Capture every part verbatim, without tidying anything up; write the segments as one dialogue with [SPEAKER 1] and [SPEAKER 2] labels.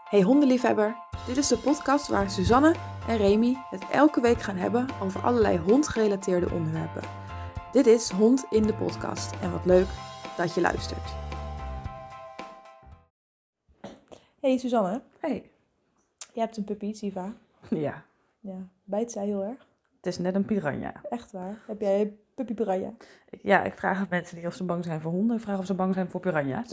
[SPEAKER 1] Hey hondenliefhebber, dit is de podcast waar Suzanne en Remy het elke week gaan hebben over allerlei hondgerelateerde onderwerpen. Dit is Hond in de podcast en wat leuk dat je luistert. Hey Suzanne.
[SPEAKER 2] Hey.
[SPEAKER 1] Je hebt een puppy, Siva.
[SPEAKER 2] Ja.
[SPEAKER 1] Ja, bijt zij heel erg?
[SPEAKER 2] Het is net een piranha.
[SPEAKER 1] Echt waar? Heb jij een puppy piranha?
[SPEAKER 2] Ja, ik vraag aan mensen die of ze bang zijn voor honden. Ik vraag of ze bang zijn voor piranha's.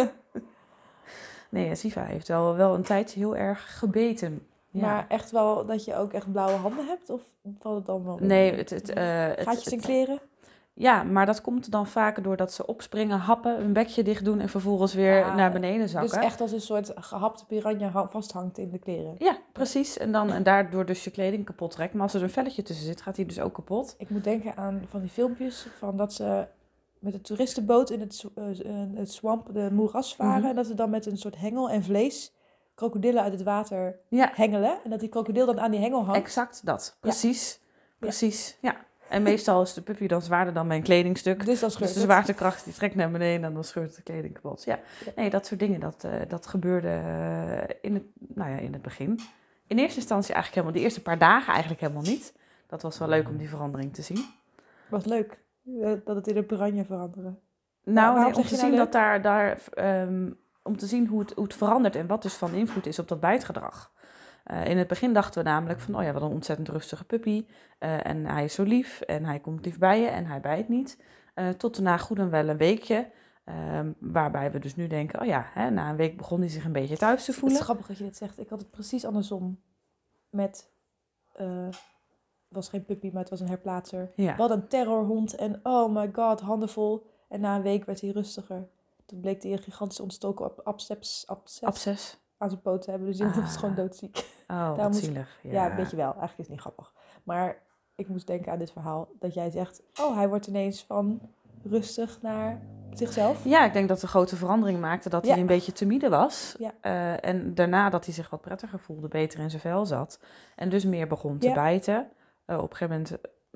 [SPEAKER 2] Nee, Siva heeft wel, wel een tijdje heel erg gebeten. Ja.
[SPEAKER 1] Maar echt wel dat je ook echt blauwe handen hebt? Of valt het dan wel?
[SPEAKER 2] Nee, het... het, uh, het
[SPEAKER 1] Gaatjes in
[SPEAKER 2] het,
[SPEAKER 1] kleren?
[SPEAKER 2] Ja, maar dat komt dan vaker doordat ze opspringen, happen, hun bekje dicht doen en vervolgens weer
[SPEAKER 1] ah,
[SPEAKER 2] naar beneden zakken.
[SPEAKER 1] Dus echt als een soort gehapte piranha vasthangt in de kleren?
[SPEAKER 2] Ja, precies. En, dan, en daardoor dus je kleding kapot trekt. Maar als er een velletje tussen zit, gaat hij dus ook kapot.
[SPEAKER 1] Ik moet denken aan van die filmpjes van dat ze met de toeristenboot in het, uh, het swamp, de moeras varen.
[SPEAKER 2] Mm-hmm.
[SPEAKER 1] En dat ze dan met een soort hengel en vlees krokodillen uit het water
[SPEAKER 2] Ja.
[SPEAKER 1] hengelen. En dat die krokodil dan aan die hengel hangt.
[SPEAKER 2] Exact dat. Precies.
[SPEAKER 1] Ja.
[SPEAKER 2] Precies. Ja. En meestal is de puppy dan zwaarder dan mijn kledingstuk.
[SPEAKER 1] Dus, dan
[SPEAKER 2] dus de zwaartekracht die trekt naar beneden en dan scheurt de kleding kapot. Ja. Nee, dat soort dingen, dat, uh, dat gebeurde uh, in, het, nou ja, in het begin. In eerste instantie eigenlijk helemaal, de eerste paar dagen eigenlijk helemaal niet. Dat was wel leuk om die verandering te zien.
[SPEAKER 1] Wat leuk, dat het in een piranha veranderde.
[SPEAKER 2] Nou, nee, om te zien dat daar, daar um, om te zien hoe het, hoe het verandert en wat dus van invloed is op dat bijtgedrag. Uh, in het begin dachten we namelijk van, oh ja, wat een ontzettend rustige puppy. Uh, en hij is zo lief en hij komt lief bij je en hij bijt niet. Uh, tot na goed en wel een weekje. Uh, waarbij we dus nu denken, oh ja, hè, na een week begon hij zich een beetje thuis te voelen.
[SPEAKER 1] Het is grappig dat je dit zegt. Ik had het precies andersom met... Uh, het was geen puppy, maar het was een herplaatser.
[SPEAKER 2] Ja.
[SPEAKER 1] Wat een terrorhond en oh my god, handenvol. En na een week werd hij rustiger. Toen bleek hij een gigantisch ontstoken absces, absces,
[SPEAKER 2] absces.
[SPEAKER 1] aan zijn poot te hebben. Dus die hond ah. was gewoon doodziek.
[SPEAKER 2] Oh, wat moest... zielig.
[SPEAKER 1] Ja. ja, weet je wel. Eigenlijk is het niet grappig. Maar ik moest denken aan dit verhaal. Dat jij zegt, oh, hij wordt ineens van rustig naar zichzelf.
[SPEAKER 2] Ja, ik denk dat de grote verandering maakte dat ja. hij een beetje timide was.
[SPEAKER 1] Ja.
[SPEAKER 2] Uh, en daarna dat hij zich wat prettiger voelde, beter in zijn vel zat. En dus meer begon te
[SPEAKER 1] ja.
[SPEAKER 2] bijten. Uh, op een gegeven moment,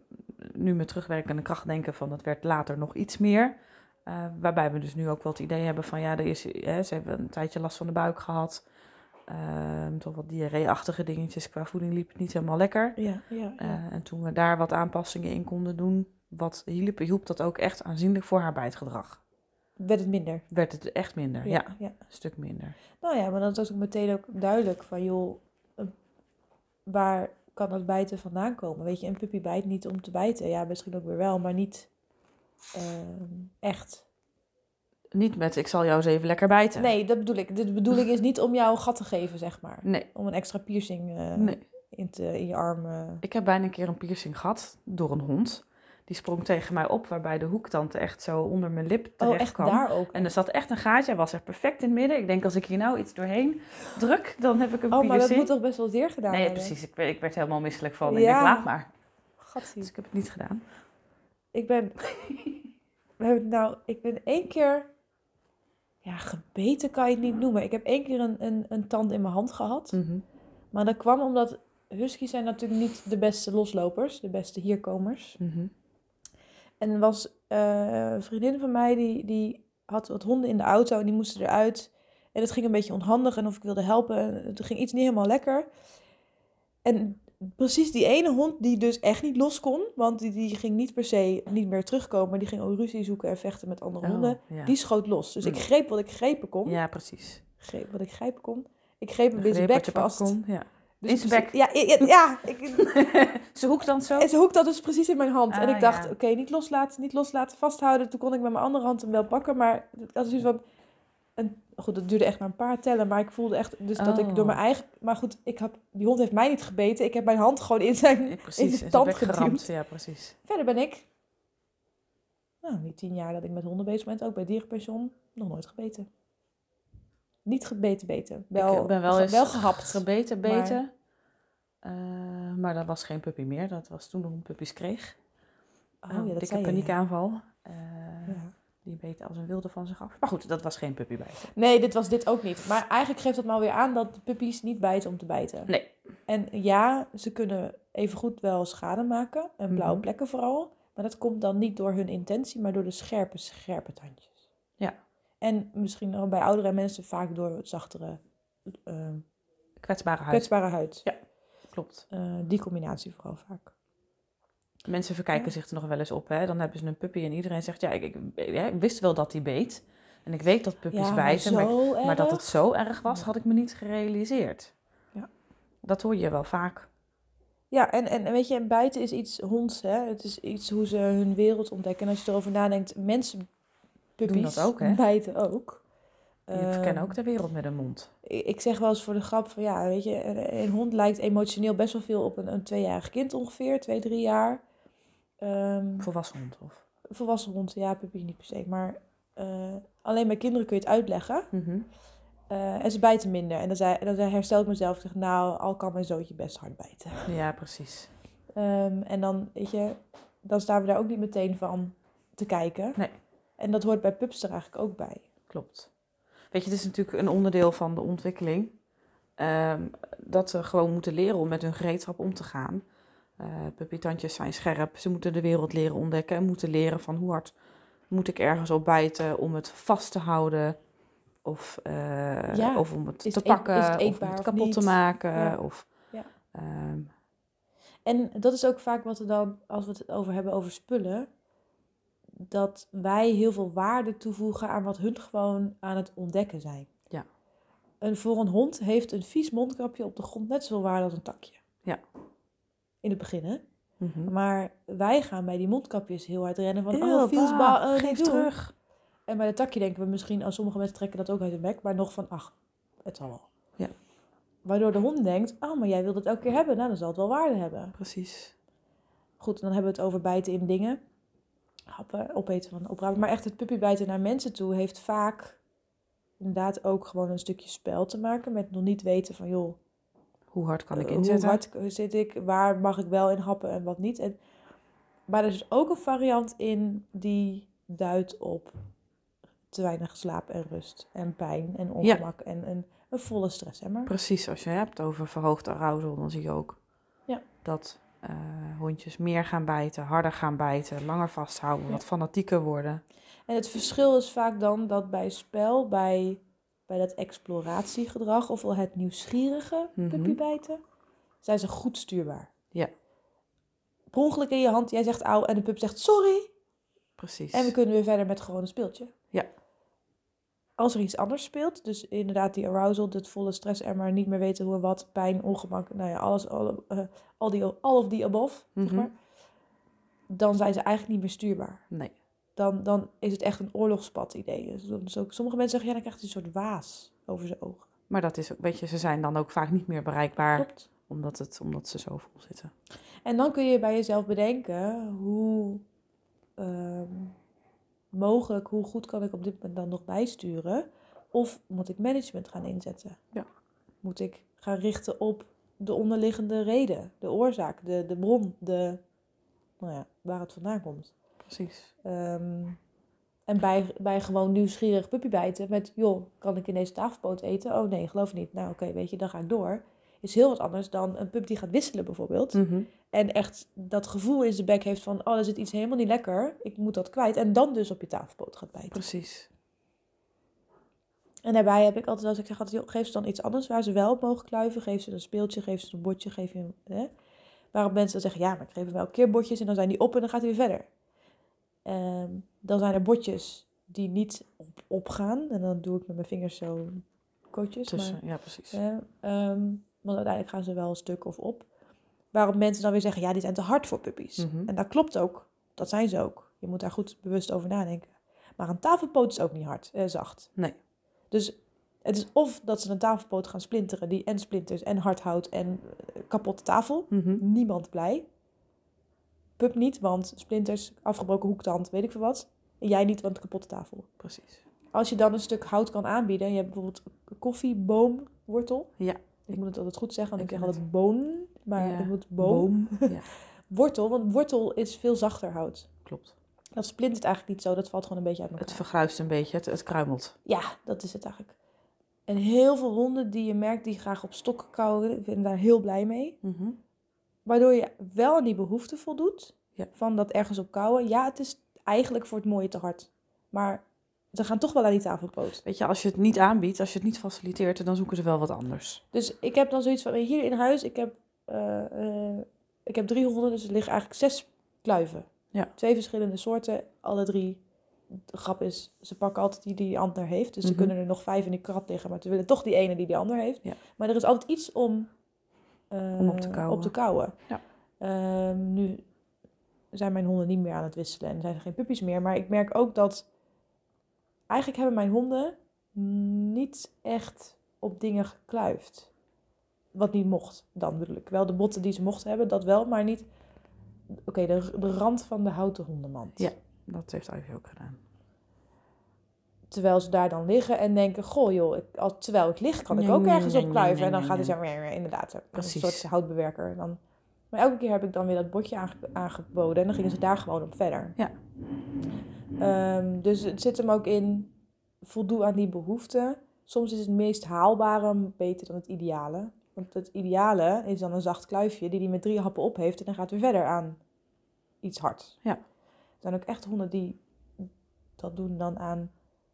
[SPEAKER 2] nu met terugwerkende kracht denken van, dat werd later nog iets meer. Uh, waarbij we dus nu ook wel het idee hebben van, ja, er is, hè, ze hebben een tijdje last van de buik gehad. Uh, toch wat diarree-achtige dingetjes. Qua voeding liep het niet helemaal lekker.
[SPEAKER 1] Ja, ja, ja.
[SPEAKER 2] Uh, en toen we daar wat aanpassingen in konden doen, wat hielp, hielp dat ook echt aanzienlijk voor haar bijtgedrag.
[SPEAKER 1] Werd het minder?
[SPEAKER 2] Werd het echt minder, ja.
[SPEAKER 1] ja, ja.
[SPEAKER 2] Een stuk minder.
[SPEAKER 1] Nou ja, maar dat was ook meteen ook duidelijk van, joh, uh, waar kan dat bijten vandaan komen? Weet je, een puppy bijt niet om te bijten. Ja, misschien ook weer wel, maar niet uh, echt.
[SPEAKER 2] Niet met, ik zal jou eens even lekker bijten.
[SPEAKER 1] Nee, dat bedoel ik. De bedoeling is niet om jou een gat te geven, zeg maar.
[SPEAKER 2] Nee.
[SPEAKER 1] Om een extra piercing uh,
[SPEAKER 2] nee.
[SPEAKER 1] in, te, in je arm. Uh...
[SPEAKER 2] Ik heb bijna een keer een piercing gehad door een hond. Die sprong tegen mij op, waarbij de hoektand echt zo onder mijn lip terecht
[SPEAKER 1] oh, echt
[SPEAKER 2] kwam.
[SPEAKER 1] Daar ook?
[SPEAKER 2] En er zat echt een gaatje, hij was er perfect in het midden. Ik denk, als ik hier nou iets doorheen druk, dan heb ik een
[SPEAKER 1] oh,
[SPEAKER 2] piercing.
[SPEAKER 1] Oh, maar dat moet toch best wel zeer gedaan
[SPEAKER 2] nee,
[SPEAKER 1] hebben?
[SPEAKER 2] Nee, precies. Ik, ik werd helemaal misselijk van.
[SPEAKER 1] Ja.
[SPEAKER 2] Ik denk, laat maar.
[SPEAKER 1] Gatsie.
[SPEAKER 2] Dus ik heb het niet gedaan.
[SPEAKER 1] Ik ben... We hebben nou... Ik ben één keer... Ja, gebeten kan je het niet noemen. Ik heb één keer een, een, een tand in mijn hand gehad.
[SPEAKER 2] Mm-hmm.
[SPEAKER 1] Maar dat kwam omdat... Huskies zijn natuurlijk niet de beste loslopers. De beste hierkomers.
[SPEAKER 2] Mm-hmm.
[SPEAKER 1] En er was uh, een vriendin van mij, die, die had wat honden in de auto en die moesten eruit. En het ging een beetje onhandig en of ik wilde helpen. En het ging iets niet helemaal lekker. En precies die ene hond die dus echt niet los kon, want die, die ging niet per se niet meer terugkomen. Maar die ging ook ruzie zoeken en vechten met andere
[SPEAKER 2] oh,
[SPEAKER 1] honden.
[SPEAKER 2] Ja.
[SPEAKER 1] Die schoot los. Dus
[SPEAKER 2] mm.
[SPEAKER 1] ik greep wat ik grepen kon.
[SPEAKER 2] Ja, precies.
[SPEAKER 1] Greep wat ik grijpen kon. Ik greep hem bij zijn bek vast.
[SPEAKER 2] Kon, ja.
[SPEAKER 1] Dus
[SPEAKER 2] in zijn bek?
[SPEAKER 1] Ja, ja, ja ik,
[SPEAKER 2] ze hoekt dan zo?
[SPEAKER 1] En ze hoekt dat dus precies in mijn hand. Ah, en ik dacht,
[SPEAKER 2] ja.
[SPEAKER 1] oké, okay, niet loslaten, niet loslaten, vasthouden. Toen kon ik met mijn andere hand hem wel pakken. Maar ik had zoiets van... En, goed, dat duurde echt maar een paar tellen. Maar ik voelde echt dus oh. dat ik door mijn eigen... Maar goed, ik heb, die hond heeft mij niet gebeten. Ik heb mijn hand gewoon in zijn, ja, precies, in zijn tand geduwd.
[SPEAKER 2] Ja, precies.
[SPEAKER 1] Verder ben ik... Nou, die tien jaar dat ik met honden bezig ben, ook bij dierenpension, nog nooit gebeten. Niet gebeten, beten. Wel,
[SPEAKER 2] ik ben wel eens
[SPEAKER 1] wel gehapt.
[SPEAKER 2] gebeten, beten. Maar... Uh, maar dat was geen puppy meer. Dat was toen de hond puppies kreeg.
[SPEAKER 1] Oh, ja, dat
[SPEAKER 2] dikke paniekaanval. Uh,
[SPEAKER 1] ja.
[SPEAKER 2] Die beet als een wilde van zich af. Maar goed, dat was geen puppybijten.
[SPEAKER 1] Nee, dit was dit ook niet. Maar eigenlijk geeft dat maar weer aan dat puppies niet bijten om te bijten.
[SPEAKER 2] Nee.
[SPEAKER 1] En ja, ze kunnen evengoed wel schade maken. En blauwe mm-hmm. plekken vooral. Maar dat komt dan niet door hun intentie, maar door de scherpe, scherpe tandjes.
[SPEAKER 2] Ja.
[SPEAKER 1] En misschien bij oudere mensen vaak door zachtere uh,
[SPEAKER 2] kwetsbare huid.
[SPEAKER 1] Kwetsbare huid.
[SPEAKER 2] Ja, klopt.
[SPEAKER 1] Uh, die combinatie vooral vaak.
[SPEAKER 2] Mensen verkijken ja. zich er nog wel eens op. Hè? Dan hebben ze een puppy en iedereen zegt... ja, ik, ik, ja, ik wist wel dat die beet. En ik weet dat puppies
[SPEAKER 1] ja,
[SPEAKER 2] bijten. Maar, maar, maar dat het zo erg was,
[SPEAKER 1] ja.
[SPEAKER 2] had ik me niet gerealiseerd.
[SPEAKER 1] Ja. Dat
[SPEAKER 2] hoor je wel vaak.
[SPEAKER 1] Ja, en, en weet je, bijten is iets honds. Hè? Het is iets hoe ze hun wereld ontdekken. En als je erover nadenkt, mensen, puppies,
[SPEAKER 2] doen dat ook, hè?
[SPEAKER 1] bijten ook.
[SPEAKER 2] Je um, verkennen ook de wereld met een mond.
[SPEAKER 1] Ik, ik zeg wel eens voor de grap van ja, weet je, een, een hond lijkt emotioneel best wel veel op een, een tweejarig kind ongeveer, twee, drie jaar. Um,
[SPEAKER 2] volwassen hond of?
[SPEAKER 1] Volwassen hond, ja, puppy niet per se. Maar uh, alleen bij kinderen kun je het uitleggen.
[SPEAKER 2] Mm-hmm.
[SPEAKER 1] Uh, en ze bijten minder. En dan, zei, dan herstel ik mezelf. Ik zeg, nou, al kan mijn zoontje best hard bijten.
[SPEAKER 2] Ja, precies.
[SPEAKER 1] Um, en dan, weet je, dan staan we daar ook niet meteen van te kijken.
[SPEAKER 2] Nee.
[SPEAKER 1] En dat hoort bij pups er eigenlijk ook bij.
[SPEAKER 2] Klopt. Weet je, het is natuurlijk een onderdeel van de ontwikkeling. Um, dat ze gewoon moeten leren om met hun gereedschap om te gaan. Uh, puppytandjes zijn scherp. Ze moeten de wereld leren ontdekken. En moeten leren van hoe hard moet ik ergens op bijten om het vast te houden. Of, uh,
[SPEAKER 1] ja.
[SPEAKER 2] of om het
[SPEAKER 1] is
[SPEAKER 2] te
[SPEAKER 1] het
[SPEAKER 2] pakken.
[SPEAKER 1] Eet, het
[SPEAKER 2] of om het kapot te maken. Ja. Of,
[SPEAKER 1] ja.
[SPEAKER 2] Um,
[SPEAKER 1] en dat is ook vaak wat we dan, als we het over hebben over spullen, dat wij heel veel waarde toevoegen aan wat hun gewoon aan het ontdekken zijn.
[SPEAKER 2] Ja.
[SPEAKER 1] En voor een hond heeft een vies mondkapje op de grond net zoveel waarde als een takje.
[SPEAKER 2] Ja.
[SPEAKER 1] In het begin, hè?
[SPEAKER 2] Mm-hmm.
[SPEAKER 1] Maar wij gaan bij die mondkapjes heel hard rennen van,
[SPEAKER 2] Eeuw,
[SPEAKER 1] oh, vies ba, uh,
[SPEAKER 2] geef terug.
[SPEAKER 1] En bij de takje denken we misschien, als sommige mensen trekken dat ook uit de bek, maar nog van, ach, het zal wel.
[SPEAKER 2] Ja.
[SPEAKER 1] Waardoor de hond denkt, oh, maar jij wilt het elke keer hebben, nou, dan zal het wel waarde hebben.
[SPEAKER 2] Precies.
[SPEAKER 1] Goed, dan hebben we het over bijten in dingen. Happen, opeten van oprapen. Maar echt het puppybijten naar mensen toe heeft vaak inderdaad ook gewoon een stukje spel te maken. Met nog niet weten van, joh,
[SPEAKER 2] hoe hard kan ik
[SPEAKER 1] uh,
[SPEAKER 2] inzetten?
[SPEAKER 1] Hoe hard zit ik? Waar mag ik wel in happen en wat niet? En, maar er is ook een variant in die duidt op te weinig slaap en rust. En pijn en ongemak. Ja. En een, een volle stressemmer.
[SPEAKER 2] Precies, als je hebt over verhoogd arousal, dan zie je ook
[SPEAKER 1] ja.
[SPEAKER 2] dat uh, hondjes meer gaan bijten, harder gaan bijten, langer vasthouden, ja. wat fanatieker worden.
[SPEAKER 1] En het verschil is vaak dan dat bij spel, bij, bij dat exploratiegedrag, ofwel het nieuwsgierige
[SPEAKER 2] mm-hmm.
[SPEAKER 1] puppybijten, zijn ze goed stuurbaar.
[SPEAKER 2] Ja.
[SPEAKER 1] Per ongeluk in je hand, jij zegt auw en de pup zegt sorry.
[SPEAKER 2] Precies.
[SPEAKER 1] En we kunnen weer verder met gewoon een speeltje.
[SPEAKER 2] Ja.
[SPEAKER 1] Als er iets anders speelt, dus inderdaad die arousal, het volle stressemmer, niet meer weten hoe en wat, pijn, ongemak, nou ja, alles, all, uh, all, die, all of the above,
[SPEAKER 2] mm-hmm.
[SPEAKER 1] zeg maar. Dan zijn ze eigenlijk niet meer stuurbaar.
[SPEAKER 2] Nee.
[SPEAKER 1] Dan, dan is het echt een oorlogspad idee. Dus, dus ook, sommige mensen zeggen, ja, dan krijgt hij een soort waas over zijn ogen.
[SPEAKER 2] Maar dat is, weet je, ze zijn dan ook vaak niet meer bereikbaar.
[SPEAKER 1] Klopt.
[SPEAKER 2] Omdat, het, omdat ze zo vol zitten.
[SPEAKER 1] En dan kun je bij jezelf bedenken, hoe um, mogelijk, hoe goed kan ik op dit moment dan nog bijsturen? Of moet ik management gaan inzetten?
[SPEAKER 2] Ja.
[SPEAKER 1] Moet ik gaan richten op de onderliggende reden, de oorzaak, de, de bron, de, nou ja, waar het vandaan komt.
[SPEAKER 2] Precies.
[SPEAKER 1] Um, en bij, bij gewoon nieuwsgierig puppybijten met, joh, kan ik in deze tafelpoot eten? Oh nee, geloof niet. Nou oké, okay, weet je, dan ga ik door. Is heel wat anders dan een pup die gaat wisselen bijvoorbeeld.
[SPEAKER 2] Mm-hmm.
[SPEAKER 1] En echt dat gevoel in zijn bek heeft van, oh, er zit iets helemaal niet lekker. Ik moet dat kwijt. En dan dus op je tafelpoot gaat bijten.
[SPEAKER 2] Precies.
[SPEAKER 1] En daarbij heb ik altijd, als ik zeg, altijd, joh, geef ze dan iets anders waar ze wel op mogen kluiven. Geef ze een speeltje, geef ze een bordje, geef je een... Hè? Waarop mensen dan zeggen, ja, maar ik geef hem wel een keer bordjes en dan zijn die op en dan gaat hij weer verder. Um, dan zijn er bordjes die niet op, opgaan. En dan doe ik met mijn vingers zo kootjes.
[SPEAKER 2] Tussen,
[SPEAKER 1] maar,
[SPEAKER 2] ja, precies.
[SPEAKER 1] Uh, um, want uiteindelijk gaan ze wel een stuk of op. Waarop mensen dan weer zeggen, ja, die zijn te hard voor puppies.
[SPEAKER 2] Mm-hmm.
[SPEAKER 1] En dat klopt ook. Dat zijn ze ook. Je moet daar goed bewust over nadenken. Maar een tafelpoot is ook niet hard, eh, zacht.
[SPEAKER 2] Nee.
[SPEAKER 1] Dus het is of dat ze een tafelpoot gaan splinteren, die en splinters en hard houdt en uh, kapotte tafel.
[SPEAKER 2] Mm-hmm.
[SPEAKER 1] Niemand blij. Pup niet, want splinters, afgebroken hoektand, weet ik veel wat. En jij niet, want kapotte tafel.
[SPEAKER 2] Precies.
[SPEAKER 1] Als je dan een stuk hout kan aanbieden, je hebt bijvoorbeeld koffieboomwortel.
[SPEAKER 2] Ja.
[SPEAKER 1] Ik moet het altijd goed zeggen, want ik,
[SPEAKER 2] ik
[SPEAKER 1] zeg altijd boon, maar
[SPEAKER 2] ja.
[SPEAKER 1] het moet boom.
[SPEAKER 2] boom. Ja.
[SPEAKER 1] Wortel, want wortel is veel zachter hout.
[SPEAKER 2] Klopt.
[SPEAKER 1] Dat splintert eigenlijk niet zo, dat valt gewoon een beetje uit elkaar.
[SPEAKER 2] Het vergruist een beetje, het, het kruimelt.
[SPEAKER 1] Ja, dat is het eigenlijk. En heel veel honden die je merkt die graag op stokken kauwen, ik ben daar heel blij mee.
[SPEAKER 2] Mm-hmm.
[SPEAKER 1] Waardoor je wel aan die behoefte voldoet
[SPEAKER 2] ja.
[SPEAKER 1] van dat ergens op kauwen. Ja, het is eigenlijk voor het mooie te hard. Maar ze gaan toch wel aan die tafelpoot.
[SPEAKER 2] Weet je, als je het niet aanbiedt, als je het niet faciliteert, dan zoeken ze wel wat anders.
[SPEAKER 1] Dus ik heb dan zoiets van, hier in huis, ik heb, uh, uh, ik heb drie honden, dus er liggen eigenlijk zes kluiven.
[SPEAKER 2] Ja.
[SPEAKER 1] Twee verschillende soorten, alle drie. De grap is, ze pakken altijd die die die ander heeft. Dus
[SPEAKER 2] Mm-hmm.
[SPEAKER 1] ze kunnen er nog vijf in die krat liggen, maar ze willen toch die ene die die ander heeft.
[SPEAKER 2] Ja.
[SPEAKER 1] Maar er is altijd iets om, uh,
[SPEAKER 2] om op te kauwen.
[SPEAKER 1] Op te kauwen.
[SPEAKER 2] Ja.
[SPEAKER 1] Uh, nu zijn mijn honden niet meer aan het wisselen en zijn er geen puppies meer. Maar ik merk ook dat eigenlijk hebben mijn honden niet echt op dingen gekluifd. Wat niet mocht, dan bedoel ik. Wel de botten die ze mochten hebben, dat wel, maar niet... Oké, okay, de, de rand van de houten hondenmand.
[SPEAKER 2] Ja, dat heeft Ivy ook gedaan.
[SPEAKER 1] Terwijl ze daar dan liggen en denken, goh joh, ik, als, terwijl ik lig kan ik ook ergens op kluiven. En dan gaat hij zo, inderdaad,
[SPEAKER 2] Precies.
[SPEAKER 1] Een soort houtbewerker. Dan, maar elke keer heb ik dan weer dat botje aange, aangeboden en dan gingen ze daar gewoon op verder.
[SPEAKER 2] Ja.
[SPEAKER 1] Um, dus het zit hem ook in, voldoe aan die behoeften. Soms is het meest haalbare beter dan het ideale. Want het ideale is dan een zacht kluifje die hij met drie happen op heeft en dan gaat weer verder aan iets hard.
[SPEAKER 2] Ja.
[SPEAKER 1] Er zijn ook echt honden die dat doen dan aan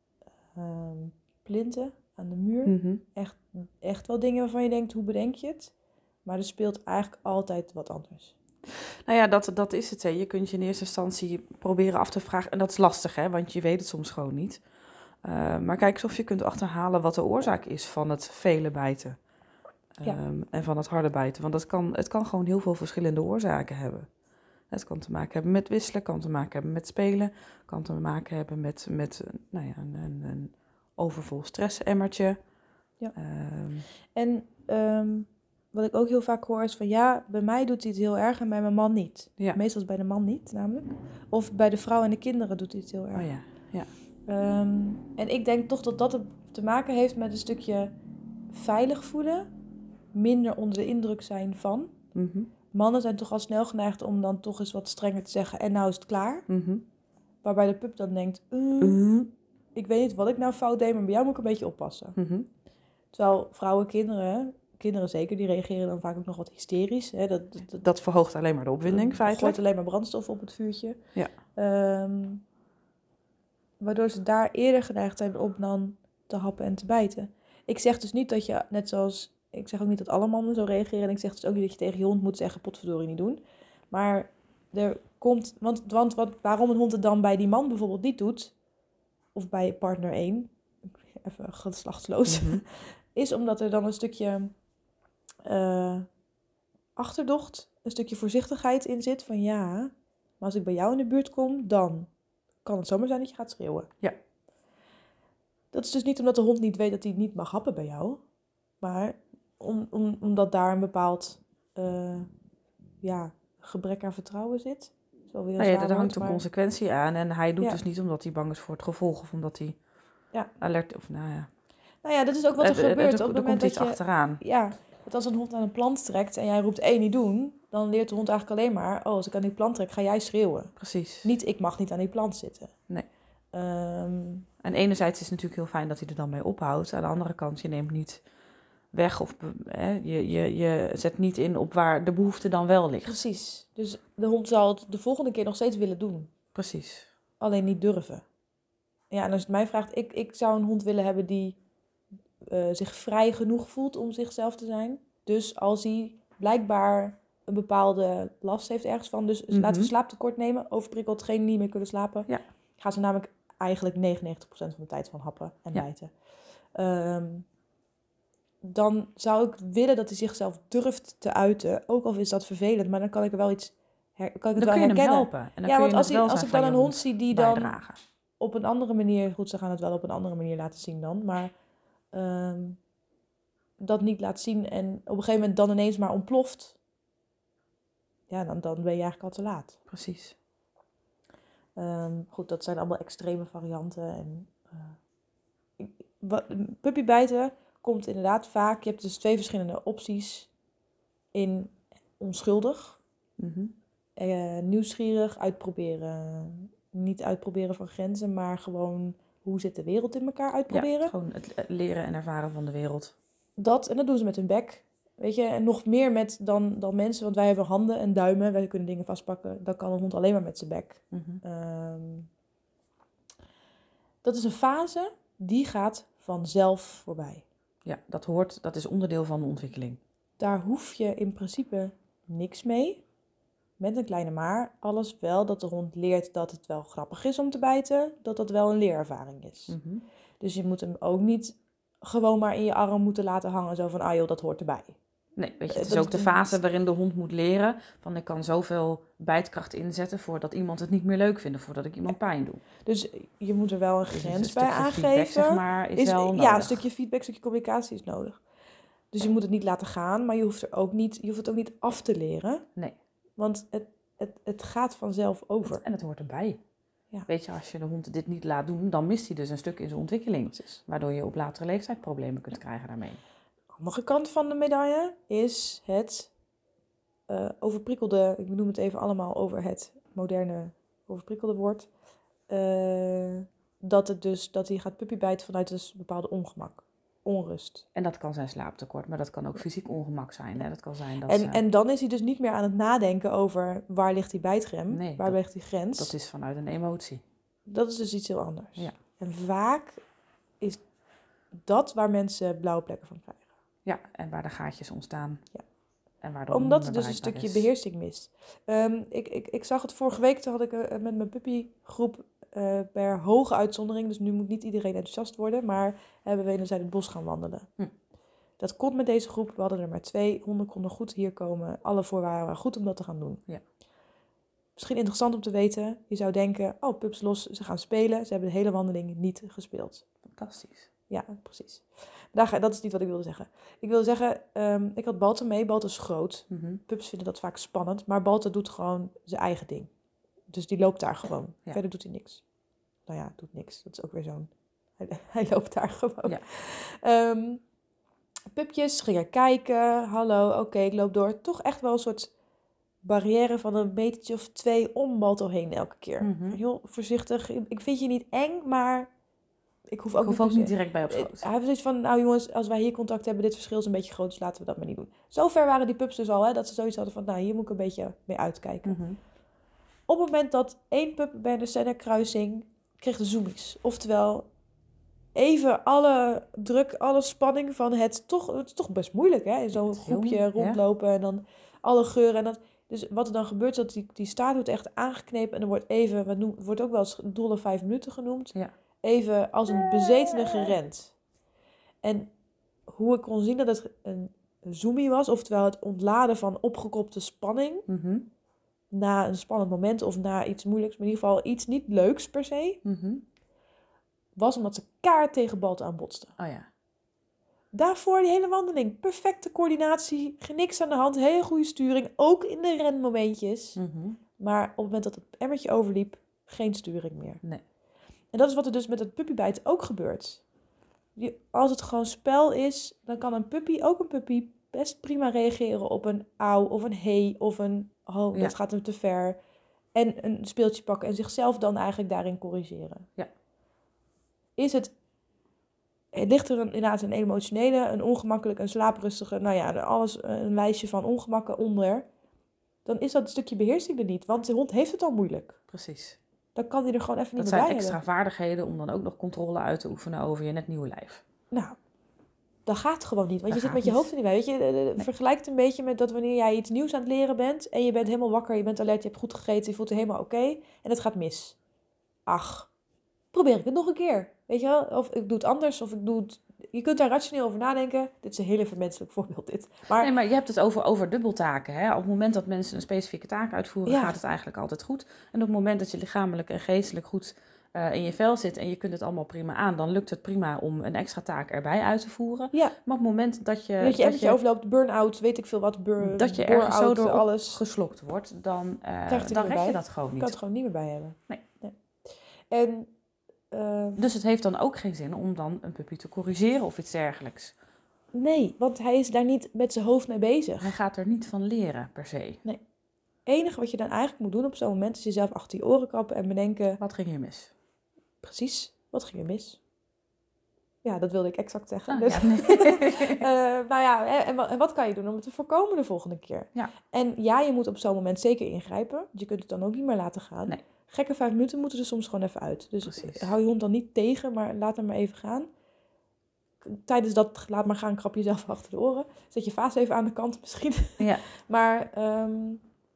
[SPEAKER 1] um, plinten, aan de muur.
[SPEAKER 2] Mm-hmm.
[SPEAKER 1] Echt, echt wel dingen waarvan je denkt, hoe bedenk je het? Maar er speelt eigenlijk altijd wat anders.
[SPEAKER 2] Nou ja, dat, dat is het. Hè. Je kunt je in eerste instantie proberen af te vragen. En dat is lastig, hè, want je weet het soms gewoon niet. Uh, maar kijk eens of je kunt achterhalen wat de oorzaak is van het vele bijten.
[SPEAKER 1] Ja.
[SPEAKER 2] Um, en van het harde bijten. Want dat kan, het kan gewoon heel veel verschillende oorzaken hebben. Het kan te maken hebben met wisselen, kan te maken hebben met spelen. Kan te maken hebben met, met nou ja, een, een, een overvol stressemmertje.
[SPEAKER 1] Ja.
[SPEAKER 2] Um,
[SPEAKER 1] en um, wat ik ook heel vaak hoor is van ja, bij mij doet hij het heel erg en bij mijn man niet.
[SPEAKER 2] Ja.
[SPEAKER 1] Meestal is het bij de man niet namelijk. Of bij de vrouw en de kinderen doet hij het heel erg.
[SPEAKER 2] Oh ja, ja.
[SPEAKER 1] Um, en ik denk toch dat dat te maken heeft met een stukje veilig voelen. Minder onder de indruk zijn van.
[SPEAKER 2] Mm-hmm.
[SPEAKER 1] Mannen zijn toch al snel geneigd om dan toch eens wat strenger te zeggen. En nou is het klaar.
[SPEAKER 2] Mm-hmm.
[SPEAKER 1] Waarbij de pup dan denkt. Uh,
[SPEAKER 2] Mm-hmm.
[SPEAKER 1] Ik weet niet wat ik nou fout deed. Maar bij jou moet ik een beetje oppassen.
[SPEAKER 2] Mm-hmm.
[SPEAKER 1] Terwijl vrouwen, kinderen. Kinderen zeker. Die reageren dan vaak ook nog wat hysterisch. Hè? Dat, dat, dat,
[SPEAKER 2] dat verhoogt alleen maar de opwinding
[SPEAKER 1] dat
[SPEAKER 2] feitelijk.
[SPEAKER 1] gooit alleen maar brandstof op het vuurtje.
[SPEAKER 2] Ja.
[SPEAKER 1] Um, waardoor ze daar eerder geneigd zijn om dan te happen en te bijten. Ik zeg dus niet dat je, net zoals... Ik zeg ook niet dat alle mannen zo reageren. En ik zeg dus ook niet dat je tegen je hond moet zeggen, potverdorie niet doen. Maar er komt... Want, want wat, waarom een hond het dan bij die man bijvoorbeeld niet doet... Of bij partner één... Even geslachtsloos...
[SPEAKER 2] Mm-hmm.
[SPEAKER 1] Is omdat er dan een stukje... Uh, achterdocht... Een stukje voorzichtigheid in zit. Van ja... Maar als ik bij jou in de buurt kom, dan... Kan het zomaar zijn dat je gaat schreeuwen.
[SPEAKER 2] Ja.
[SPEAKER 1] Dat is dus niet omdat de hond niet weet dat hij niet mag happen bij jou. Maar om, om, omdat daar een bepaald uh, ja, gebrek aan vertrouwen zit. Zo weer
[SPEAKER 2] nou ja, daar hangt
[SPEAKER 1] woord,
[SPEAKER 2] een
[SPEAKER 1] maar...
[SPEAKER 2] consequentie aan. En hij doet
[SPEAKER 1] ja.
[SPEAKER 2] dus niet omdat hij bang is voor het gevolg. Of omdat hij
[SPEAKER 1] ja.
[SPEAKER 2] alert... Of nou ja...
[SPEAKER 1] Nou ja, dat is ook wat er, er gebeurt.
[SPEAKER 2] Er, er, er, er komt iets je, achteraan.
[SPEAKER 1] Ja, want als een hond aan een plant trekt en jij roept één niet doen... Dan leert de hond eigenlijk alleen maar... Oh, als ik aan die plant trek, ga jij schreeuwen.
[SPEAKER 2] Precies.
[SPEAKER 1] Niet, ik mag niet aan die plant zitten.
[SPEAKER 2] Nee.
[SPEAKER 1] Um,
[SPEAKER 2] en enerzijds is het natuurlijk heel fijn dat hij er dan mee ophoudt. Aan de andere kant, je neemt niet weg of hè, je, je, je zet niet in op waar de behoefte dan wel ligt.
[SPEAKER 1] Precies. Dus de hond zal het de volgende keer nog steeds willen doen.
[SPEAKER 2] Precies.
[SPEAKER 1] Alleen niet durven. Ja, en als je het mij vraagt, ik, ik zou een hond willen hebben die uh, zich vrij genoeg voelt om zichzelf te zijn. Dus als hij blijkbaar een bepaalde last heeft ergens van. Dus mm-hmm. laten we slaaptekort nemen. Overprikkeld, geen niet meer kunnen slapen.
[SPEAKER 2] Ja.
[SPEAKER 1] Gaan ze namelijk eigenlijk negenennegentig procent van de tijd van happen en
[SPEAKER 2] ja.
[SPEAKER 1] bijten. Um, dan zou ik willen dat hij zichzelf durft te uiten. Ook al is dat vervelend, maar dan kan ik er wel iets her- kan ik het
[SPEAKER 2] dan
[SPEAKER 1] wel
[SPEAKER 2] kun je
[SPEAKER 1] herkennen.
[SPEAKER 2] hem helpen. En dan
[SPEAKER 1] ja,
[SPEAKER 2] kun
[SPEAKER 1] want
[SPEAKER 2] je
[SPEAKER 1] als, hij, als ik dan een hond zie die
[SPEAKER 2] bijdragen.
[SPEAKER 1] dan op een andere manier... Goed, ze gaan het wel op een andere manier laten zien dan. Maar um, dat niet laat zien en op een gegeven moment dan ineens maar ontploft. Ja, dan, dan ben je eigenlijk al te laat.
[SPEAKER 2] Precies.
[SPEAKER 1] Um, goed, dat zijn allemaal extreme varianten. En, uh, wat, puppybijten komt inderdaad vaak... Je hebt dus twee verschillende opties in onschuldig.
[SPEAKER 2] Mm-hmm.
[SPEAKER 1] Uh, nieuwsgierig, uitproberen. Niet uitproberen van grenzen, maar gewoon... Hoe zit de wereld in elkaar uitproberen?
[SPEAKER 2] Ja, gewoon het leren en ervaren van de wereld.
[SPEAKER 1] Dat, en dat doen ze met hun bek. Weet je, en nog meer met dan, dan mensen, want wij hebben handen en duimen, wij kunnen dingen vastpakken. Dat kan een hond alleen maar met zijn bek.
[SPEAKER 2] Mm-hmm.
[SPEAKER 1] Um, Dat is een fase die gaat vanzelf voorbij.
[SPEAKER 2] Ja, dat hoort, dat is onderdeel van de ontwikkeling.
[SPEAKER 1] Daar hoef je in principe niks mee. Met een kleine maar. Alles wel dat de hond leert dat het wel grappig is om te bijten. Dat dat wel een leerervaring is.
[SPEAKER 2] Mm-hmm.
[SPEAKER 1] Dus je moet hem ook niet gewoon maar in je arm moeten laten hangen. Zo van, ah joh, dat hoort erbij.
[SPEAKER 2] Nee, weet je, het is
[SPEAKER 1] Dat
[SPEAKER 2] ook de
[SPEAKER 1] is-
[SPEAKER 2] fase waarin de hond moet leren van ik kan zoveel bijtkracht inzetten voordat iemand het niet meer leuk vindt, of voordat ik iemand pijn doe.
[SPEAKER 1] Dus je moet er wel een
[SPEAKER 2] Dus
[SPEAKER 1] grens
[SPEAKER 2] een
[SPEAKER 1] bij
[SPEAKER 2] stukje
[SPEAKER 1] aangeven.
[SPEAKER 2] feedback, zeg maar, is,
[SPEAKER 1] Is-
[SPEAKER 2] wel
[SPEAKER 1] ja,
[SPEAKER 2] nodig.
[SPEAKER 1] een stukje feedback, een stukje communicatie is nodig. Dus je moet het niet laten gaan, maar je hoeft, er ook niet, je hoeft het ook niet af te leren.
[SPEAKER 2] Nee.
[SPEAKER 1] Want het, het, het gaat vanzelf over.
[SPEAKER 2] En het hoort erbij.
[SPEAKER 1] Ja.
[SPEAKER 2] Weet je, als je de hond dit niet laat doen, dan mist hij dus een stuk in zijn ontwikkeling.
[SPEAKER 1] Precies.
[SPEAKER 2] Waardoor je op latere leeftijd problemen kunt krijgen daarmee.
[SPEAKER 1] De andere kant van de medaille is het uh, overprikkelde, ik noem het even allemaal over het moderne overprikkelde woord. Uh, dat het dus, dat hij gaat puppybijten vanuit een bepaalde ongemak, onrust.
[SPEAKER 2] En dat kan zijn slaaptekort, maar dat kan ook fysiek ongemak zijn. Hè? Dat kan zijn dat
[SPEAKER 1] en,
[SPEAKER 2] ze...
[SPEAKER 1] en dan is hij dus niet meer aan het nadenken over waar ligt die bijtgrem,
[SPEAKER 2] Nee,
[SPEAKER 1] waar
[SPEAKER 2] dat,
[SPEAKER 1] ligt die grens.
[SPEAKER 2] Dat is vanuit een emotie.
[SPEAKER 1] Dat is dus iets heel anders.
[SPEAKER 2] Ja.
[SPEAKER 1] En vaak is dat waar mensen blauwe plekken van krijgen.
[SPEAKER 2] Ja, en waar de gaatjes ontstaan.
[SPEAKER 1] Ja.
[SPEAKER 2] En waar de
[SPEAKER 1] Omdat er dus een stukje
[SPEAKER 2] is.
[SPEAKER 1] beheersing mist. Um, ik, ik, ik zag het vorige week, toen had ik uh, met mijn puppygroep uh, per hoge uitzondering, dus nu moet niet iedereen enthousiast worden, maar hebben we in het bos gaan wandelen.
[SPEAKER 2] Hm.
[SPEAKER 1] Dat kon met deze groep, we hadden er maar twee, honden konden goed hier komen, alle voorwaarden waren goed om dat te gaan doen.
[SPEAKER 2] Ja.
[SPEAKER 1] Misschien interessant om te weten, je zou denken, oh pups los, ze gaan spelen, ze hebben de hele wandeling niet gespeeld.
[SPEAKER 2] Fantastisch.
[SPEAKER 1] Ja, precies. Daar, dat is niet wat ik wilde zeggen. Ik wilde zeggen, um, ik had Balta mee. Balta is groot.
[SPEAKER 2] Mm-hmm.
[SPEAKER 1] Pups vinden dat vaak spannend. Maar Balta doet gewoon zijn eigen ding. Dus die loopt daar gewoon. Ja. Verder doet hij niks. Nou ja, doet niks. Dat is ook weer zo'n... Hij, hij loopt daar gewoon. Ja. Um, pupjes gingen kijken. Hallo, oké, okay, ik loop door. Toch echt wel een soort barrière van een metertje of twee om Balta heen elke keer.
[SPEAKER 2] Mm-hmm.
[SPEAKER 1] Heel voorzichtig. Ik vind je niet eng, maar... Ik hoef ook,
[SPEAKER 2] ik hoef
[SPEAKER 1] niet,
[SPEAKER 2] ook niet direct bij op schoot.
[SPEAKER 1] Hij heeft zoiets van, nou jongens, als wij hier contact hebben, dit verschil is een beetje groot, dus laten we dat maar niet doen. Zover waren die pups dus al, hè, dat ze zoiets hadden van, nou hier moet ik een beetje mee uitkijken.
[SPEAKER 2] Mm-hmm.
[SPEAKER 1] Op het moment dat één pup bij de Senna-kruising kreeg de zoomies. Oftewel, even alle druk, alle spanning van het toch, het is toch best moeilijk, hè, in zo'n groepje heel, rondlopen ja. En dan alle geuren en dat... Dus wat er dan gebeurt, is dat die, die staart wordt echt aangeknepen en er wordt even, wat noem, wordt ook wel eens dolle vijf minuten genoemd.
[SPEAKER 2] Ja.
[SPEAKER 1] Even als een bezetene gerend. En hoe ik kon zien dat het een zoomie was, oftewel het ontladen van opgekropte spanning,
[SPEAKER 2] mm-hmm.
[SPEAKER 1] na een spannend moment of na iets moeilijks, maar in ieder geval iets niet leuks per se,
[SPEAKER 2] mm-hmm.
[SPEAKER 1] was omdat ze kaart tegen Balta aanbotsten.
[SPEAKER 2] Oh ja.
[SPEAKER 1] Daarvoor die hele wandeling, perfecte coördinatie, niks aan de hand, hele goede sturing, ook in de renmomentjes.
[SPEAKER 2] Mm-hmm.
[SPEAKER 1] Maar op het moment dat het emmertje overliep, geen sturing meer.
[SPEAKER 2] Nee.
[SPEAKER 1] En dat is wat er dus met het puppybijten ook gebeurt. Die, als het gewoon spel is, dan kan een puppy, ook een puppy, best prima reageren op een auw of een hey of een oh,
[SPEAKER 2] ja.
[SPEAKER 1] dat gaat hem te ver. En een speeltje pakken en zichzelf dan eigenlijk daarin corrigeren.
[SPEAKER 2] Ja.
[SPEAKER 1] Is het, het ligt er een, inderdaad een emotionele, een ongemakkelijke, een slaaprustige, nou ja, alles, een lijstje van ongemakken onder. Dan is dat stukje beheersing er niet, want de hond heeft het al moeilijk.
[SPEAKER 2] Precies.
[SPEAKER 1] Dan kan hij er gewoon even niet
[SPEAKER 2] dat
[SPEAKER 1] meer bij
[SPEAKER 2] zijn extra
[SPEAKER 1] hebben.
[SPEAKER 2] vaardigheden om dan ook nog controle uit te oefenen over je net nieuwe lijf.
[SPEAKER 1] Nou, dat gaat gewoon niet. Want
[SPEAKER 2] dat
[SPEAKER 1] je zit met je
[SPEAKER 2] niet.
[SPEAKER 1] hoofd er niet bij. Weet je, nee. Vergelijk het een beetje met dat wanneer jij iets nieuws aan het leren bent. En je bent helemaal wakker, je bent alert, je hebt goed gegeten, je voelt je helemaal oké. Okay, en het gaat mis. Ach, probeer ik het nog een keer. Weet je wel? Of ik doe het anders, of ik doe het... Je kunt daar rationeel over nadenken. Dit is een heel vermenselijk voorbeeld, dit. Maar,
[SPEAKER 2] nee, maar je hebt het over, over dubbeltaken. Hè? Op het moment dat mensen een specifieke taak uitvoeren,
[SPEAKER 1] ja.
[SPEAKER 2] gaat het eigenlijk altijd goed. En op het moment dat je lichamelijk en geestelijk goed uh, in je vel zit en je kunt het allemaal prima aan, dan lukt het prima om een extra taak erbij uit te voeren.
[SPEAKER 1] Ja.
[SPEAKER 2] Maar op het moment dat je...
[SPEAKER 1] Dat je dat je overloopt, burn-out, weet ik veel wat, bur-
[SPEAKER 2] dat je ergens zo door
[SPEAKER 1] alles
[SPEAKER 2] geslokt wordt, dan, uh, dan red
[SPEAKER 1] bij.
[SPEAKER 2] je dat gewoon niet.
[SPEAKER 1] Je kan het gewoon niet meer bij hebben.
[SPEAKER 2] Nee.
[SPEAKER 1] nee. En... Uh,
[SPEAKER 2] dus het heeft dan ook geen zin om dan een puppy te corrigeren of iets dergelijks.
[SPEAKER 1] Nee, want hij is daar niet met zijn hoofd mee bezig.
[SPEAKER 2] Hij gaat er niet van leren, per se.
[SPEAKER 1] Nee. Het enige wat je dan eigenlijk moet doen op zo'n moment is jezelf achter je oren kappen en bedenken...
[SPEAKER 2] Wat ging hier mis?
[SPEAKER 1] Precies, wat ging er mis? Ja, dat wilde ik exact zeggen.
[SPEAKER 2] Ah,
[SPEAKER 1] dus,
[SPEAKER 2] ja, nee.
[SPEAKER 1] uh, nou ja, en, en wat kan je doen om het te voorkomen de volgende keer?
[SPEAKER 2] Ja.
[SPEAKER 1] En ja, je moet op zo'n moment zeker ingrijpen. Je kunt het dan ook niet meer laten gaan.
[SPEAKER 2] Nee.
[SPEAKER 1] gekke vijf minuten moeten er soms gewoon even uit. Dus
[SPEAKER 2] Precies.
[SPEAKER 1] hou je hond dan niet tegen, maar laat hem maar even gaan. Tijdens dat laat maar gaan, krap jezelf achter de oren. Zet je vaas even aan de kant misschien.
[SPEAKER 2] Ja.
[SPEAKER 1] Maar um,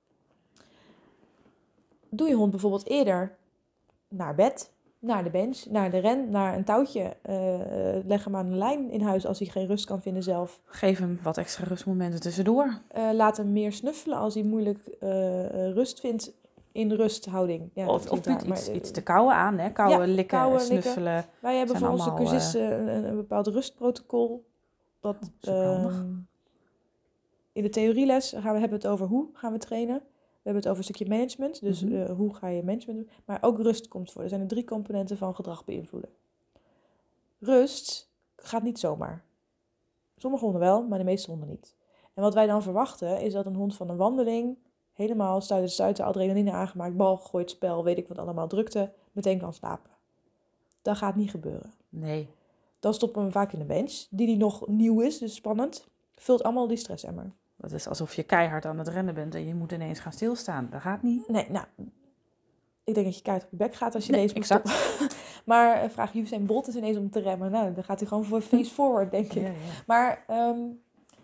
[SPEAKER 1] doe je hond bijvoorbeeld eerder naar bed, naar de bench, naar de ren, naar een touwtje. Uh, leg hem aan een lijn in huis als hij geen rust kan vinden zelf.
[SPEAKER 2] Geef hem wat extra rustmomenten tussendoor.
[SPEAKER 1] Uh, laat hem meer snuffelen als hij moeilijk uh, rust vindt in rusthouding. Ja,
[SPEAKER 2] of of
[SPEAKER 1] daar,
[SPEAKER 2] iets,
[SPEAKER 1] maar,
[SPEAKER 2] iets, iets te kauwen aan, hè? Kauwen,
[SPEAKER 1] ja,
[SPEAKER 2] likken,
[SPEAKER 1] kauwen,
[SPEAKER 2] snuffelen.
[SPEAKER 1] Likken. Wij hebben voor onze cursisten uh, een, een bepaald rustprotocol. Dat,
[SPEAKER 2] oh,
[SPEAKER 1] uh, in de theorieles gaan we hebben het over hoe gaan we trainen. We hebben het over een stukje management. Dus mm-hmm. uh, hoe ga je management doen. Maar ook rust komt voor. Er zijn er drie componenten van gedrag beïnvloeden. Rust gaat niet zomaar. Sommige honden wel, maar de meeste honden niet. En wat wij dan verwachten is dat een hond van een wandeling helemaal stuiten, stuiten, adrenaline aangemaakt, bal gegooid, spel, weet ik wat allemaal, drukte, meteen kan slapen. Dat gaat niet gebeuren.
[SPEAKER 2] Nee.
[SPEAKER 1] Dan stoppen we hem vaak in de bench, die die nog nieuw is, dus spannend. Vult allemaal die stressemmer.
[SPEAKER 2] Dat is alsof je keihard aan het rennen bent en je moet ineens gaan stilstaan. Dat gaat niet.
[SPEAKER 1] Nee, nou, ik denk dat je keihard op je bek gaat als je
[SPEAKER 2] nee,
[SPEAKER 1] deze moet stoppen. Maar uh, vraag Usain Bolt eens ineens om te remmen. Nou, dan gaat hij gewoon voor face forward, denk ik. Ja, ja. Maar, um...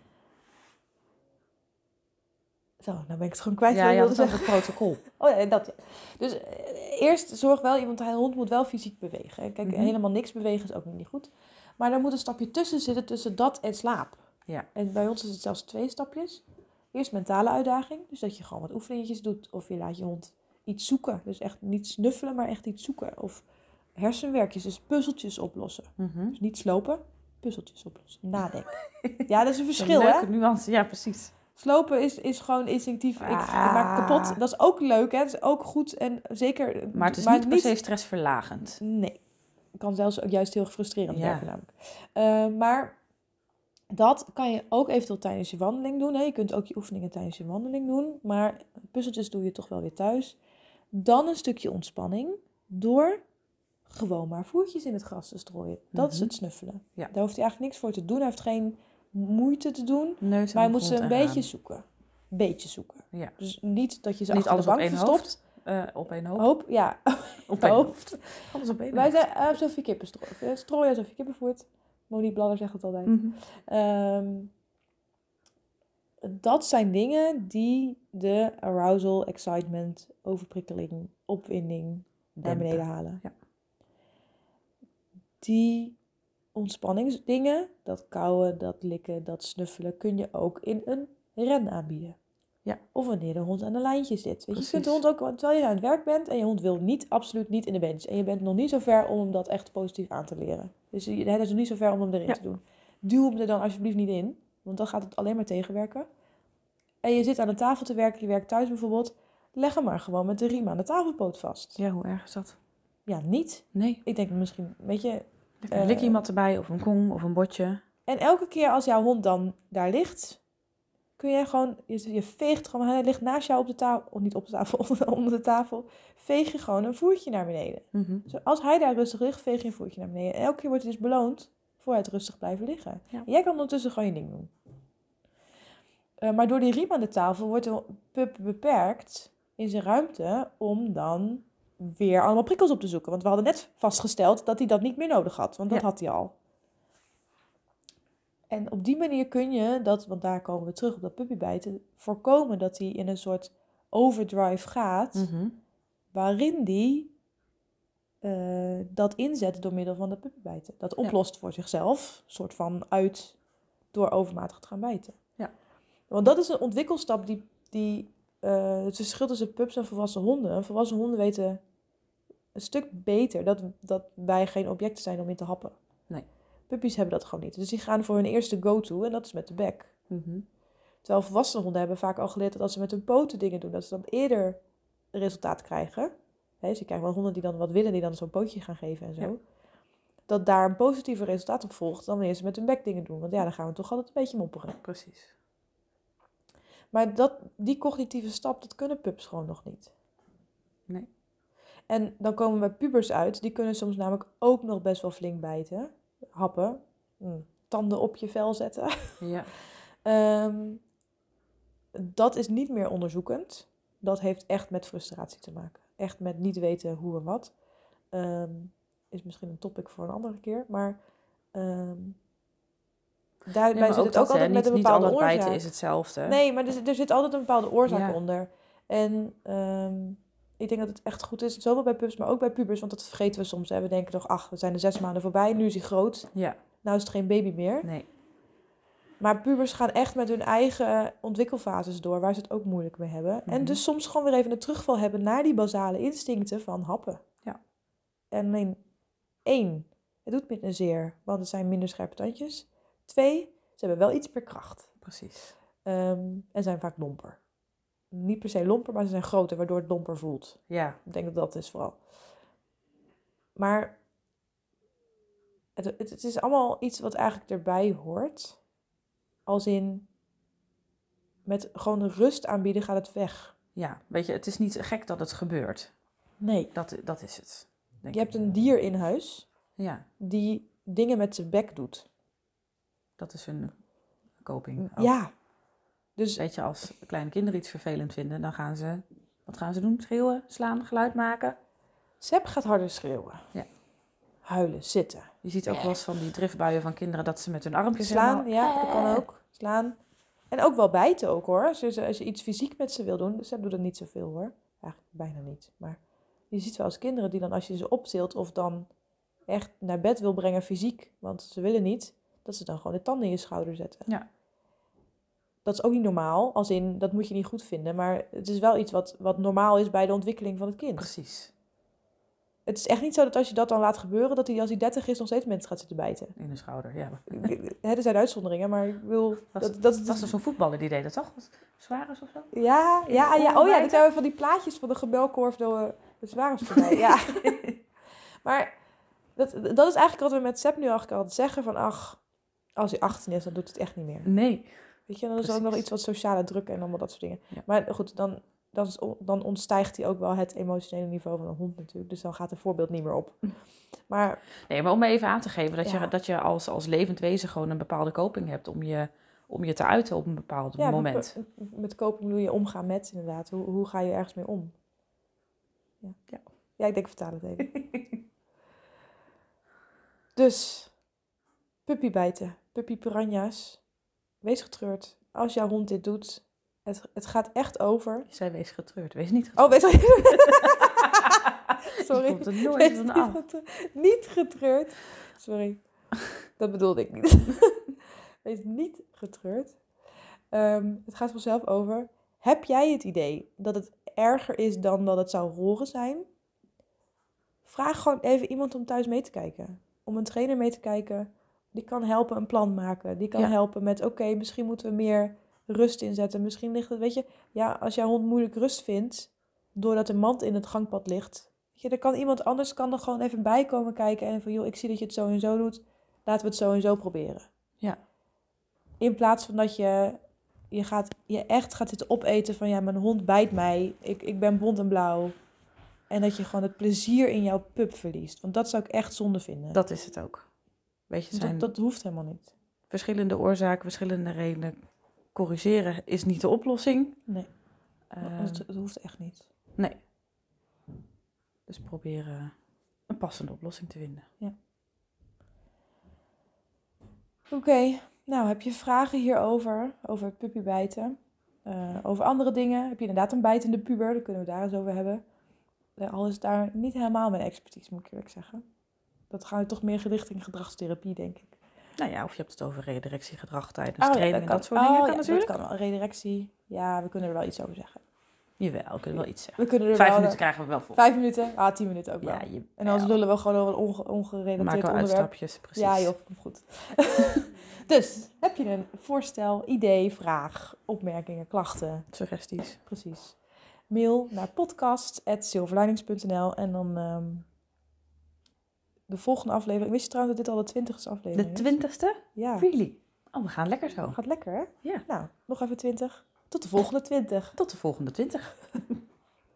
[SPEAKER 1] zo, nou ben ik het gewoon kwijt.
[SPEAKER 2] Ja, ja, dat is het protocol.
[SPEAKER 1] Oh ja, dat ja. Dus uh, eerst zorg wel, want een hond moet wel fysiek bewegen. Kijk, mm-hmm. helemaal niks bewegen is ook niet goed. Maar er moet een stapje tussen zitten, tussen dat en slaap.
[SPEAKER 2] Ja.
[SPEAKER 1] En bij ons is het zelfs twee stapjes. Eerst mentale uitdaging, dus dat je gewoon wat oefeningetjes doet. Of je laat je hond iets zoeken. Dus echt niet snuffelen, maar echt iets zoeken. Of hersenwerkjes, dus puzzeltjes oplossen.
[SPEAKER 2] Mm-hmm.
[SPEAKER 1] Dus niet slopen, puzzeltjes oplossen. Nadenken. Ja, dat is een verschil,
[SPEAKER 2] een leuke
[SPEAKER 1] hè?
[SPEAKER 2] nuance, ja, precies.
[SPEAKER 1] Slopen is, is gewoon instinctief. Ah. Ik, ik maak kapot. Dat is ook leuk, hè? Dat is ook goed en zeker...
[SPEAKER 2] Maar het is maar niet per se stressverlagend.
[SPEAKER 1] Nee. Het kan zelfs ook juist heel frustrerend
[SPEAKER 2] ja.
[SPEAKER 1] werken namelijk. Uh, maar... Dat kan je ook eventueel tijdens je wandeling doen. Hè? Je kunt ook je oefeningen tijdens je wandeling doen. Maar puzzeltjes doe je toch wel weer thuis. Dan een stukje ontspanning. Door gewoon maar voertjes in het gras te strooien. Dat mm-hmm. is het snuffelen.
[SPEAKER 2] Ja.
[SPEAKER 1] Daar hoeft hij eigenlijk niks voor te doen. Hij heeft geen moeite te doen.
[SPEAKER 2] Neus
[SPEAKER 1] maar hij moet ze een beetje
[SPEAKER 2] aan.
[SPEAKER 1] zoeken. Beetje zoeken.
[SPEAKER 2] Ja.
[SPEAKER 1] Dus niet dat je ze
[SPEAKER 2] niet
[SPEAKER 1] achter
[SPEAKER 2] alles
[SPEAKER 1] de bank
[SPEAKER 2] op één
[SPEAKER 1] verstopt.
[SPEAKER 2] Hoofd. Uh, op één hoop.
[SPEAKER 1] Hoop, ja.
[SPEAKER 2] op één hoofd. Alles op één
[SPEAKER 1] Wij
[SPEAKER 2] hoofd.
[SPEAKER 1] zijn uh, Sophie Kippen strooien. Strooien alsof je kippen voert. Monique Bladder zegt het altijd.
[SPEAKER 2] Mm-hmm.
[SPEAKER 1] Um, dat zijn dingen die de arousal, excitement, overprikkeling, opwinding naar beneden halen.
[SPEAKER 2] Ja.
[SPEAKER 1] Die ontspanningsdingen, dat kauwen, dat likken, dat snuffelen, kun je ook in een ren aanbieden.
[SPEAKER 2] Ja.
[SPEAKER 1] Of wanneer de hond aan een lijntje zit. Weet je, je kunt de hond ook, terwijl je aan het werk bent en je hond wil niet, absoluut niet in de bench. En je bent nog niet zo ver om hem dat echt positief aan te leren. Dus hij is nog niet zo ver om hem erin ja. te doen. Duw hem er dan alsjeblieft niet in, want dan gaat het alleen maar tegenwerken. En je zit aan de tafel te werken, je werkt thuis bijvoorbeeld. Leg hem maar gewoon met de riem aan de tafelpoot vast.
[SPEAKER 2] Ja, hoe erg is dat?
[SPEAKER 1] Ja, niet.
[SPEAKER 2] Nee.
[SPEAKER 1] Ik denk misschien, weet je...
[SPEAKER 2] Een uh, likkiemat erbij, of een kong, of een botje.
[SPEAKER 1] En elke keer als jouw hond dan daar ligt, kun je gewoon... Je, je veegt gewoon, hij ligt naast jou op de tafel... Of niet op de tafel, onder de tafel. Veeg je gewoon een voertje naar beneden.
[SPEAKER 2] Mm-hmm.
[SPEAKER 1] Dus als hij daar rustig ligt, veeg je een voertje naar beneden. En elke keer wordt hij dus beloond voor het rustig blijven liggen.
[SPEAKER 2] Ja.
[SPEAKER 1] En jij kan ondertussen gewoon je ding doen. Uh, maar door die riem aan de tafel wordt de pup beperkt in zijn ruimte om dan weer allemaal prikkels op te zoeken. Want we hadden net vastgesteld dat hij dat niet meer nodig had. Want dat
[SPEAKER 2] ja.
[SPEAKER 1] had hij al. En op die manier kun je dat, want daar komen we terug op dat puppybijten, voorkomen dat hij in een soort overdrive gaat.
[SPEAKER 2] Mm-hmm.
[SPEAKER 1] Waarin hij uh, dat inzet door middel van dat puppybijten. Dat oplost ja. voor zichzelf. Een soort van uit door overmatig te gaan bijten.
[SPEAKER 2] Ja.
[SPEAKER 1] Want dat is een ontwikkelstap die... die uh, het verschil tussen pups en volwassen honden. Volwassen honden weten een stuk beter dat, dat wij geen objecten zijn om in te happen.
[SPEAKER 2] Nee.
[SPEAKER 1] Puppies hebben dat gewoon niet. Dus die gaan voor hun eerste go-to en dat is met de bek.
[SPEAKER 2] Mm-hmm.
[SPEAKER 1] Terwijl volwassen honden hebben vaak al geleerd dat als ze met hun poten dingen doen, dat ze dan eerder resultaat krijgen. He, dus je krijgt wel honden die dan wat willen, die dan zo'n pootje gaan geven en zo. Ja. Dat daar een positiever resultaat op volgt dan wanneer ze met hun bek dingen doen. Want ja, dan gaan we toch altijd een beetje mopperen.
[SPEAKER 2] Precies.
[SPEAKER 1] Maar dat, die cognitieve stap, dat kunnen pups gewoon nog niet.
[SPEAKER 2] Nee.
[SPEAKER 1] En dan komen we bij pubers uit. Die kunnen soms namelijk ook nog best wel flink bijten. Happen. Mm, tanden op je vel zetten.
[SPEAKER 2] Ja.
[SPEAKER 1] um, dat is niet meer onderzoekend. Dat heeft echt met frustratie te maken. echt met niet weten hoe en wat. Um, is misschien een topic voor een andere keer. Maar um, daarbij nee, maar zit het ook, ook altijd hè, met niet, een bepaalde
[SPEAKER 2] niet
[SPEAKER 1] oorzaak.
[SPEAKER 2] Bijten is hetzelfde.
[SPEAKER 1] Nee, maar er, er zit altijd een bepaalde oorzaak
[SPEAKER 2] ja.
[SPEAKER 1] onder. En um, ik denk dat het echt goed is, zowel bij pubers, maar ook bij pubers. Want dat vergeten we soms. Hè. We denken toch, ach, we zijn er zes maanden voorbij. Nu is hij groot.
[SPEAKER 2] Ja.
[SPEAKER 1] Nou is het geen baby meer.
[SPEAKER 2] Nee.
[SPEAKER 1] Maar pubers gaan echt met hun eigen ontwikkelfases door, waar ze het ook moeilijk mee hebben. Mm-hmm. En dus soms gewoon weer even een terugval hebben naar die basale instincten van happen.
[SPEAKER 2] Ja.
[SPEAKER 1] En alleen één, het doet minder zeer, want het zijn minder scherpe tandjes. Twee, ze hebben wel iets per kracht.
[SPEAKER 2] Precies.
[SPEAKER 1] Um, en zijn vaak lomper. Niet per se lomper, maar ze zijn groter, waardoor het lomper voelt.
[SPEAKER 2] Ja.
[SPEAKER 1] Ik denk dat dat is vooral. Maar het, het, het is allemaal iets wat eigenlijk erbij hoort. Als in, met gewoon rust aanbieden gaat het weg.
[SPEAKER 2] Ja, weet je, het is niet gek dat het gebeurt.
[SPEAKER 1] Nee.
[SPEAKER 2] Dat, dat is het. Denk
[SPEAKER 1] je hebt een dier in huis.
[SPEAKER 2] Ja.
[SPEAKER 1] Die dingen met zijn bek doet.
[SPEAKER 2] Dat is hun coping.
[SPEAKER 1] Ook. Ja. Dus,
[SPEAKER 2] weet je, als kleine kinderen iets vervelend vinden, dan gaan ze, wat gaan ze doen? Schreeuwen, slaan, geluid maken?
[SPEAKER 1] Seb gaat harder schreeuwen.
[SPEAKER 2] Ja.
[SPEAKER 1] Huilen, zitten.
[SPEAKER 2] Je ziet ook wel eens van die driftbuien van kinderen dat ze met hun armpjes
[SPEAKER 1] slaan,
[SPEAKER 2] helemaal...
[SPEAKER 1] ja, dat kan ook. Slaan. En ook wel bijten ook hoor. Als je, als je iets fysiek met ze wil doen. Dus Seb doet dat niet zoveel hoor. Eigenlijk bijna niet. Maar je ziet wel als kinderen die dan als je ze optilt of dan echt naar bed wil brengen fysiek. Want ze willen niet. Dat ze dan gewoon de tanden in je schouder zetten.
[SPEAKER 2] Ja.
[SPEAKER 1] Dat is ook niet normaal. Als in, dat moet je niet goed vinden. Maar het is wel iets wat, wat normaal is bij de ontwikkeling van het kind.
[SPEAKER 2] Precies.
[SPEAKER 1] Het is echt niet zo dat als je dat dan laat gebeuren, dat hij als hij dertig is nog steeds mensen gaat zitten bijten.
[SPEAKER 2] In de schouder, ja.
[SPEAKER 1] Er zijn uitzonderingen, maar ik wil...
[SPEAKER 2] Was,
[SPEAKER 1] dat, dat,
[SPEAKER 2] was er zo'n voetballer die deed dat toch? Suarez of zo?
[SPEAKER 1] Ja, ja, ja. Oh ja, dat zijn we van die plaatjes van de gebelkorfde de Suarez voorbij. Ja. Maar dat, dat is eigenlijk wat we met Seb nu eigenlijk altijd zeggen van, ach, als hij achttien is, dan doet hij het echt niet meer.
[SPEAKER 2] Nee.
[SPEAKER 1] Weet je, dan is er ook nog iets wat sociale druk en allemaal dat soort dingen.
[SPEAKER 2] Ja.
[SPEAKER 1] Maar goed, dan... Dan, is, dan ontstijgt hij ook wel het emotionele niveau van een hond natuurlijk. Dus dan gaat het voorbeeld niet meer op. Maar,
[SPEAKER 2] nee, maar om even aan te geven dat
[SPEAKER 1] ja.
[SPEAKER 2] je, dat je als, als levend wezen gewoon een bepaalde coping hebt om je, om je te uiten op een bepaald
[SPEAKER 1] ja,
[SPEAKER 2] moment.
[SPEAKER 1] Met, met coping bedoel je omgaan met inderdaad. Hoe, hoe ga je ergens mee om? Ja,
[SPEAKER 2] ja.
[SPEAKER 1] ja ik denk vertaal het even. Dus, puppybijten, puppy piranha's. Wees getreurd. Als jouw hond dit doet... Het, het gaat echt over...
[SPEAKER 2] Je zei wees getreurd, wees niet getreurd.
[SPEAKER 1] Oh, wees getreurd. Sorry.
[SPEAKER 2] Je komt er nooit van af.
[SPEAKER 1] Niet getreurd. Sorry. Dat bedoelde ik niet. Wees niet getreurd. Um, het gaat vanzelf over. Heb jij het idee dat het erger is dan dat het zou horen zijn? Vraag gewoon even iemand om thuis mee te kijken. Om een trainer mee te kijken. Die kan helpen een plan maken. Die kan ja. helpen met, oké, okay, misschien moeten we meer... rust inzetten. Misschien ligt het, weet je... Ja, als jouw hond moeilijk rust vindt... doordat een mand in het gangpad ligt... Weet je, dan kan iemand anders kan er gewoon even bij komen kijken... en van, joh, ik zie dat je het zo en zo doet... laten we het zo en zo proberen.
[SPEAKER 2] Ja.
[SPEAKER 1] In plaats van dat je... je, gaat, je echt gaat zitten opeten van... ja, mijn hond bijt mij... ik, ik ben bont en blauw... en dat je gewoon het plezier in jouw pup verliest. Want dat zou ik echt zonde vinden.
[SPEAKER 2] Dat is het ook. Weet je, zijn
[SPEAKER 1] dat, dat hoeft helemaal niet.
[SPEAKER 2] Verschillende oorzaken, verschillende redenen... Corrigeren is niet de oplossing.
[SPEAKER 1] Nee, uh, het, het hoeft echt niet.
[SPEAKER 2] Nee. Dus proberen een passende oplossing te vinden.
[SPEAKER 1] Ja. Oké, okay. Nou heb je vragen hierover, over puppybijten? Uh, over andere dingen? Heb je inderdaad een bijtende puber? Daar kunnen we daar eens over hebben. Uh, al is daar niet helemaal mijn expertise, moet ik eerlijk zeggen. Dat gaat toch meer richting gedragstherapie, denk ik.
[SPEAKER 2] Nou ja, of je hebt het over redirectiegedrag tijdens
[SPEAKER 1] oh,
[SPEAKER 2] training
[SPEAKER 1] ja,
[SPEAKER 2] en
[SPEAKER 1] dat,
[SPEAKER 2] dat soort
[SPEAKER 1] oh,
[SPEAKER 2] dingen.
[SPEAKER 1] Ja,
[SPEAKER 2] kan natuurlijk.
[SPEAKER 1] Dat kan wel. Redirectie, ja, we kunnen er wel iets over zeggen.
[SPEAKER 2] Jawel, we kunnen wel iets zeggen.
[SPEAKER 1] We kunnen er
[SPEAKER 2] Vijf
[SPEAKER 1] wel,
[SPEAKER 2] minuten krijgen we wel vol.
[SPEAKER 1] Vijf minuten? Ah, tien minuten ook wel.
[SPEAKER 2] Ja, je,
[SPEAKER 1] en dan lullen we gewoon over een onge, ongerelateerd
[SPEAKER 2] maken we
[SPEAKER 1] onderwerp.
[SPEAKER 2] uitstapjes, precies.
[SPEAKER 1] Ja joh, komt goed. Dus, heb je een voorstel, idee, vraag, opmerkingen, klachten?
[SPEAKER 2] Suggesties.
[SPEAKER 1] Precies. Mail naar podcast at silverlinings punt n l en dan... Um, de volgende aflevering. Wist je trouwens dat dit al de twintigste aflevering is?
[SPEAKER 2] De twintigste?
[SPEAKER 1] Ja.
[SPEAKER 2] Really? Oh, we gaan lekker zo.
[SPEAKER 1] Gaat lekker, hè?
[SPEAKER 2] Ja.
[SPEAKER 1] Nou, nog even twintig. Tot de volgende twintig.
[SPEAKER 2] Tot de volgende twintig.